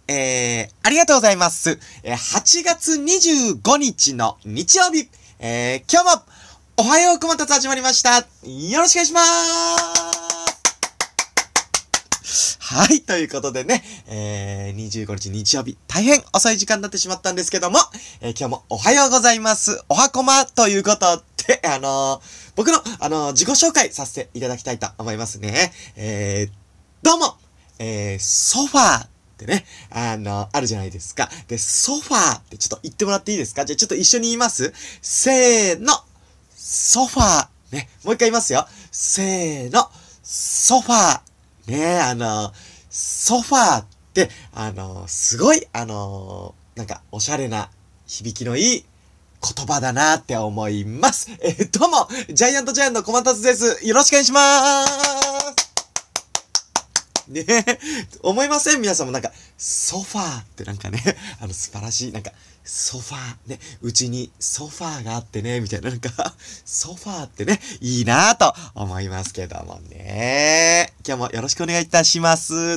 ありがとうございます。8月25日の日曜日、今日も、おはようこまたつ始まりました。よろしくお願いします。はい、ということでね、25日日曜日、大変遅い時間になってしまったんですけども、今日もおはようございます。おはこまということで、僕の、自己紹介させていただきたいと思いますね。どうも、ソファーってね、あるじゃないですか。で、ソファーってちょっと言ってもらっていいですか？じゃあちょっと一緒に言います？せーの、ソファー。ね、もう一回言いますよ。せーの、ソファー。ね、ソファーって、すごい、なんか、おしゃれな、響きのいい言葉だなって思います。どうも、ジャイアントジャイアント小松です。よろしくお願いします。ねえ、思いません？皆さんもなんか、ソファーってなんかね、素晴らしい、なんか、ソファー、ね、うちにソファーがあってね、みたいな、なんか、ソファーってね、いいなぁと思いますけどもね。今日もよろしくお願いいたします。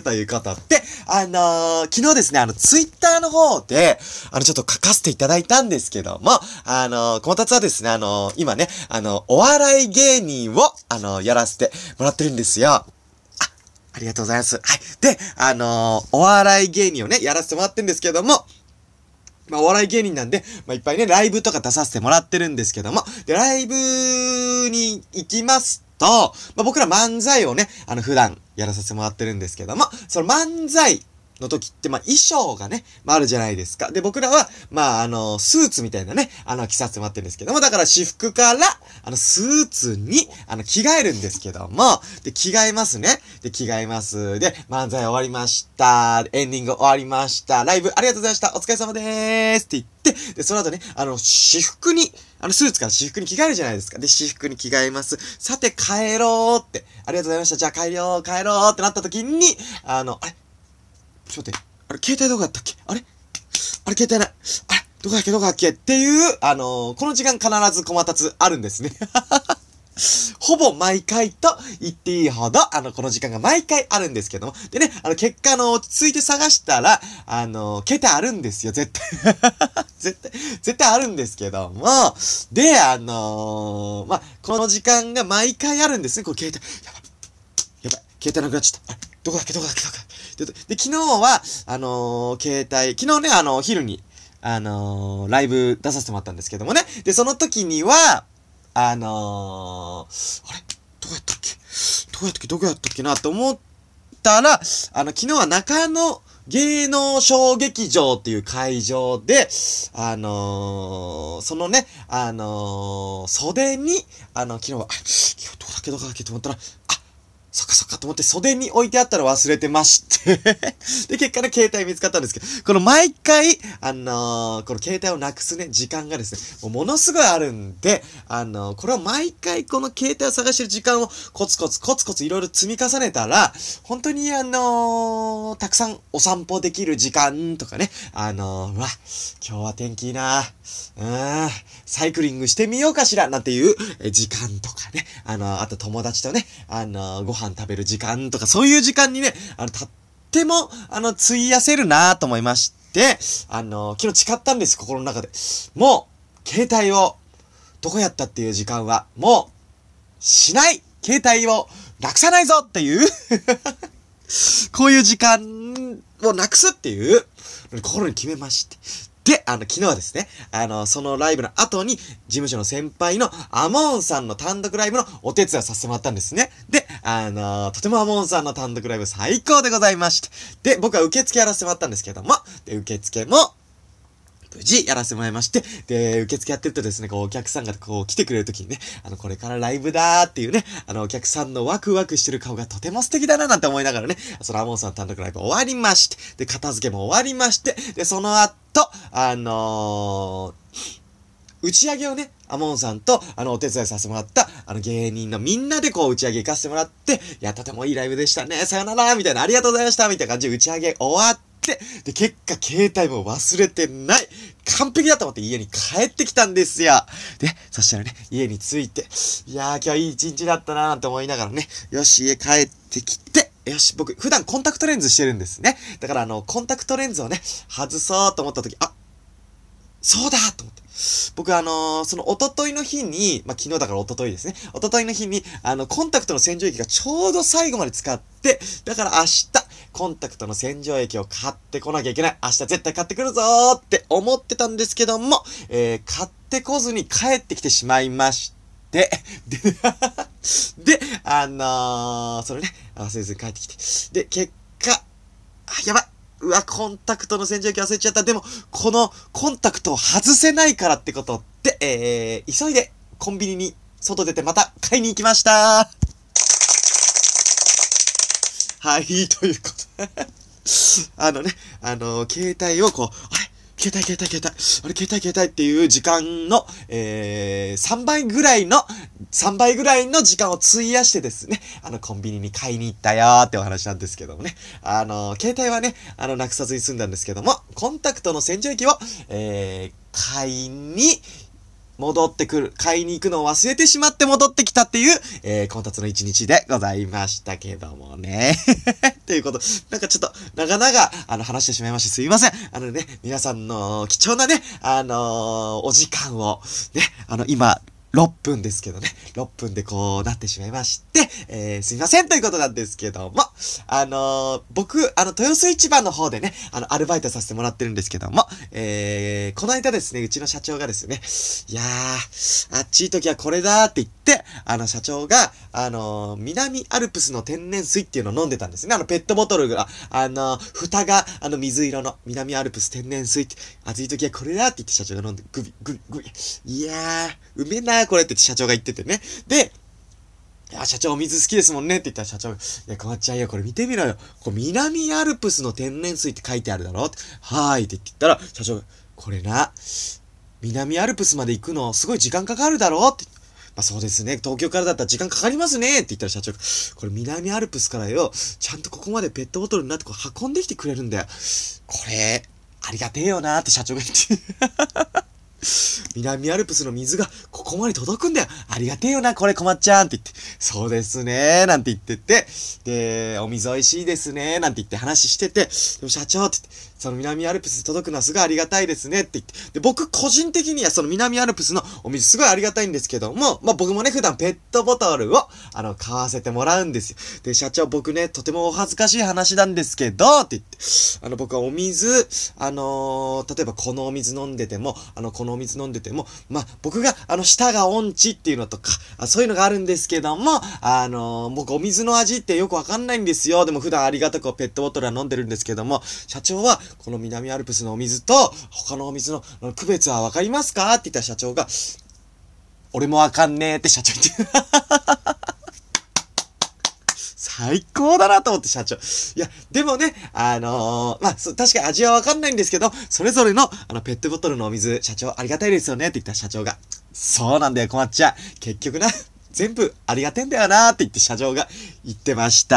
ということで、昨日ですね、ツイッターの方で、ちょっと書かせていただいたんですけども、小松はですね、今ね、お笑い芸人を、やらせてもらってるんですよ。ありがとうございます。はい。で、お笑い芸人をね、やらせてもらってるんですけども、まあ、お笑い芸人なんで、まあ、いっぱいね、ライブとか出させてもらってるんですけども、で、ライブに行きますと、まあ、僕ら漫才をね、普段やらさせてもらってるんですけども、その漫才の時って、まあ、衣装がね、まあ、あるじゃないですか。で、僕らは、まあ、スーツみたいなね、着させてもらってるんですけども、だから私服から、スーツに、着替えるんですけども、で、着替えますね。で、着替えます。で、漫才終わりました。エンディング終わりました。ライブありがとうございました。お疲れ様でーすって言って、で、その後ね、私服に、スーツから私服に着替えるじゃないですか。で、私服に着替えます。さて、帰ろうって。ありがとうございました。じゃあ帰ろうってなった時に、あれちょっと待って、携帯どこだったっけ？携帯ない。どこだっけっていう、この時間必ず小松つあるんですね。ほぼ毎回と言っていいほど、この時間が毎回あるんですけども。でね、結果落ち着いて探したら、携帯あるんですよ、絶対。絶対あるんですけども。で、まあ、この時間が毎回あるんですね、これ携帯。やばい、携帯なくなっちゃった。どこだっけで、昨日は、携帯、昨日ね、昼に、ライブ出させてもらったんですけどもね。で、その時には、どこやったっけなって思ったら、昨日は中野芸能小劇場っていう会場で、そのね、袖に、昨日は、どこだっけと思ったら、そっかと思って袖に置いてあったの忘れてましてで、結果ね、携帯見つかったんですけど、この毎回、この携帯をなくすね、時間がですね、ものすごいあるんで、これを毎回この携帯を探してる時間をコツコツいろいろ積み重ねたら、本当にたくさんお散歩できる時間とかね、今日は天気いいなサイクリングしてみようかしらなんていう時間とかね、あと友達とね、ご飯食べる時間とか、そういう時間にね、とっても、費やせるなと思いまして、昨日誓ったんです、心の中で。もう、携帯を、どこやったっていう時間は、もう、しない携帯を、なくさないぞっていうこういう時間をなくすっていう、心に決めまして。で、昨日はですね、そのライブの後に、事務所の先輩のアモンさんの単独ライブのお手伝いさせてもらったんですね。で、とてもアモンさんの単独ライブ最高でございまして。で、僕は受付やらせてもらったんですけども、で、受付も、無事やらせてもらいまして、で、受付やってるとですね、お客さんが来てくれるときにね、これからライブだーっていうね、お客さんのワクワクしてる顔がとても素敵だななんて思いながらね、そのアモンさんの単独ライブ終わりまして、で、片付けも終わりまして、で、その後、打ち上げをね、アモンさんと、お手伝いさせてもらった、芸人のみんなで打ち上げ行かせてもらって、いや、とてもいいライブでしたね、さよならみたいな、ありがとうございましたみたいな感じで打ち上げ終わって、で、結果、携帯も忘れてない。完璧だと思って家に帰ってきたんですよ。で、そしたらね、家に着いて、いやー、今日はいい一日だったなーなんて思いながらね、よし、家帰ってきて、 よし、僕、普段コンタクトレンズしてるんですね。だからコンタクトレンズをね、外そうと思った時、あ、そうだと思って。僕その一昨日の日に、昨日だから一昨日ですね。一昨日の日に、コンタクトの洗浄液がちょうど最後まで使って、だから明日、コンタクトの洗浄液を買ってこなきゃいけない。明日絶対買ってくるぞーって思ってたんですけども、買ってこずに帰ってきてしまいまして、で、それね、忘れずに帰ってきて。で、結果、やばいうわ、コンタクトの洗浄液忘れちゃった。でも、このコンタクトを外せないからってことで、急いでコンビニに外出てまた買いに行きました。はい、ということで。携帯をこう、あれ携帯っていう時間の、3倍ぐらいの時間を費やしてですね、コンビニに買いに行ったよーってお話なんですけどもね。携帯はね、なくさずに済んだんですけども、コンタクトの洗浄液を、買いに行くのを忘れてしまって戻ってきたっていう、混雑の一日でございましたけどもね。ということ、なんかちょっと、長々、話してしまいましてすいません。皆さんの貴重なね、お時間を、ね、今、6分ですけどね。6分でこうなってしまいまして、すいませんということなんですけども、僕、豊洲市場の方でね、アルバイトさせてもらってるんですけども、この間ですね、うちの社長がですね、いやー、あっちい時はこれだーって言って、社長が、南アルプスの天然水っていうのを飲んでたんですね。ペットボトルが、蓋が、水色の南アルプス天然水って、暑い時はこれだって言って社長が飲んで、グビ。いやー、うめえなーこれって社長が言っててね。で、いや、社長お水好きですもんねって言ったら社長が、いや、こまっちゃんよ、これ見てみろよ。これ南アルプスの天然水って書いてあるだろはーいって言ったら、社長が、これな、南アルプスまで行くのすごい時間かかるだろってそうですね。東京からだったら時間かかりますねって言ったら社長が、これ南アルプスからよ、ちゃんとここまでペットボトルになってこう運んできてくれるんだよ。これ、ありがてえよなーって社長が言って。南アルプスの水がここまで届くんだよ。ありがてえよな、これこまっちゃんって言って。そうですねー、なんて言ってて。で、お水美味しいですねー、なんて言って話してて。でも社長って言って、その南アルプスで届くのはすごいありがたいですねって言って。で、僕個人的にはその南アルプスのお水すごいありがたいんですけども、僕もね、普段ペットボトルを、買わせてもらうんですよ。で、社長僕ね、とてもお恥ずかしい話なんですけど、って言って。僕はお水、例えばこのお水飲んでても、このお水飲んでても、僕が、舌が音痴っていうのとか、そういうのがあるんですけども、僕お水の味ってよくわかんないんですよ。でも普段ありがたくペットボトルは飲んでるんですけども、社長は、この南アルプスのお水と、他のお水の区別はわかりますかって言ったら社長が、俺もわかんねえって社長言って。最高だなと思って社長。いや、でもね、確かに味はわかんないんですけど、それぞれの、ペットボトルのお水、社長ありがたいですよねって言ったら社長が、そうなんだよ、困っちゃう。結局な、全部ありがてんだよなって言って社長が言ってました。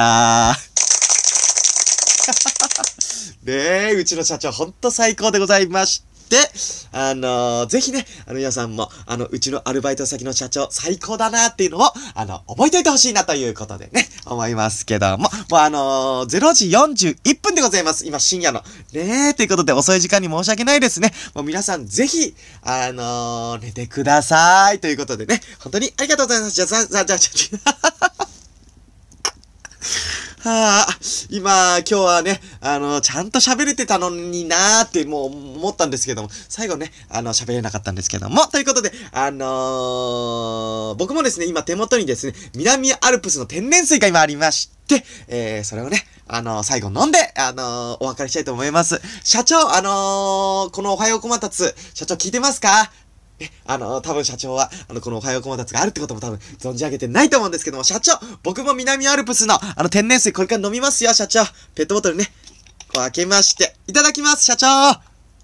ねえ、うちの社長ほんと最高でございまして、ぜひね、皆さんも、うちのアルバイト先の社長最高だなっていうのを、覚えておいてほしいなということでね、思いますけども、もう0時41分でございます。今深夜の。ねえ、ということで遅い時間に申し訳ないですね。もう皆さんぜひ、寝てください。ということでね、本当にありがとうございます。じゃあ、今日はね、ちゃんと喋れてたのになーってもう思ったんですけども、最後ね、喋れなかったんですけども、ということで、僕もですね、今手元にですね、南アルプスの天然水が今ありまして、それをね、最後飲んで、お別れしたいと思います。社長、このおはようこまたつ、社長聞いてますか？多分社長は、このおはようこまたつがあるってことも多分存じ上げてないと思うんですけども、社長、僕も南アルプスの、天然水これから飲みますよ、社長。ペットボトルね、こう開けまして、いただきます、社長。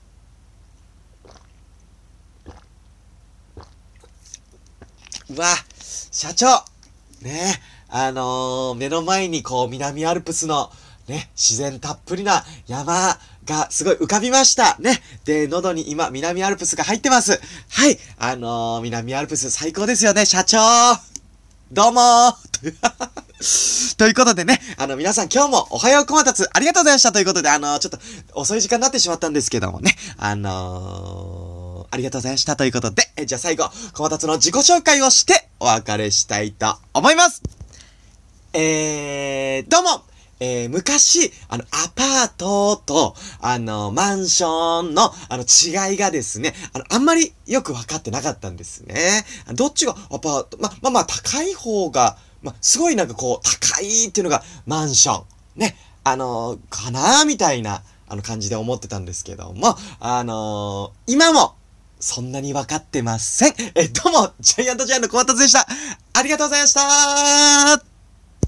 うわ、社長。ね、目の前にこう、南アルプスの、ね、自然たっぷりな山がすごい浮かびました。ね。で、喉に今、南アルプスが入ってます。はい。南アルプス最高ですよね、社長。どうもーということでね、皆さん今日もおはようこまたつありがとうございましたということで、ちょっと遅い時間になってしまったんですけどもね、ありがとうございましたということで、じゃあ最後、こまたつの自己紹介をしてお別れしたいと思います。どうも昔、アパートと、マンションの、違いがですね、あんまりよくわかってなかったんですね。どっちがアパート、高い方が、すごいなんかこう、高いっていうのがマンション。ね、かなーみたいな、感じで思ってたんですけども、今も、そんなにわかってません。どうも、ジャイアントジャイアンの小松でした。ありがとうございました。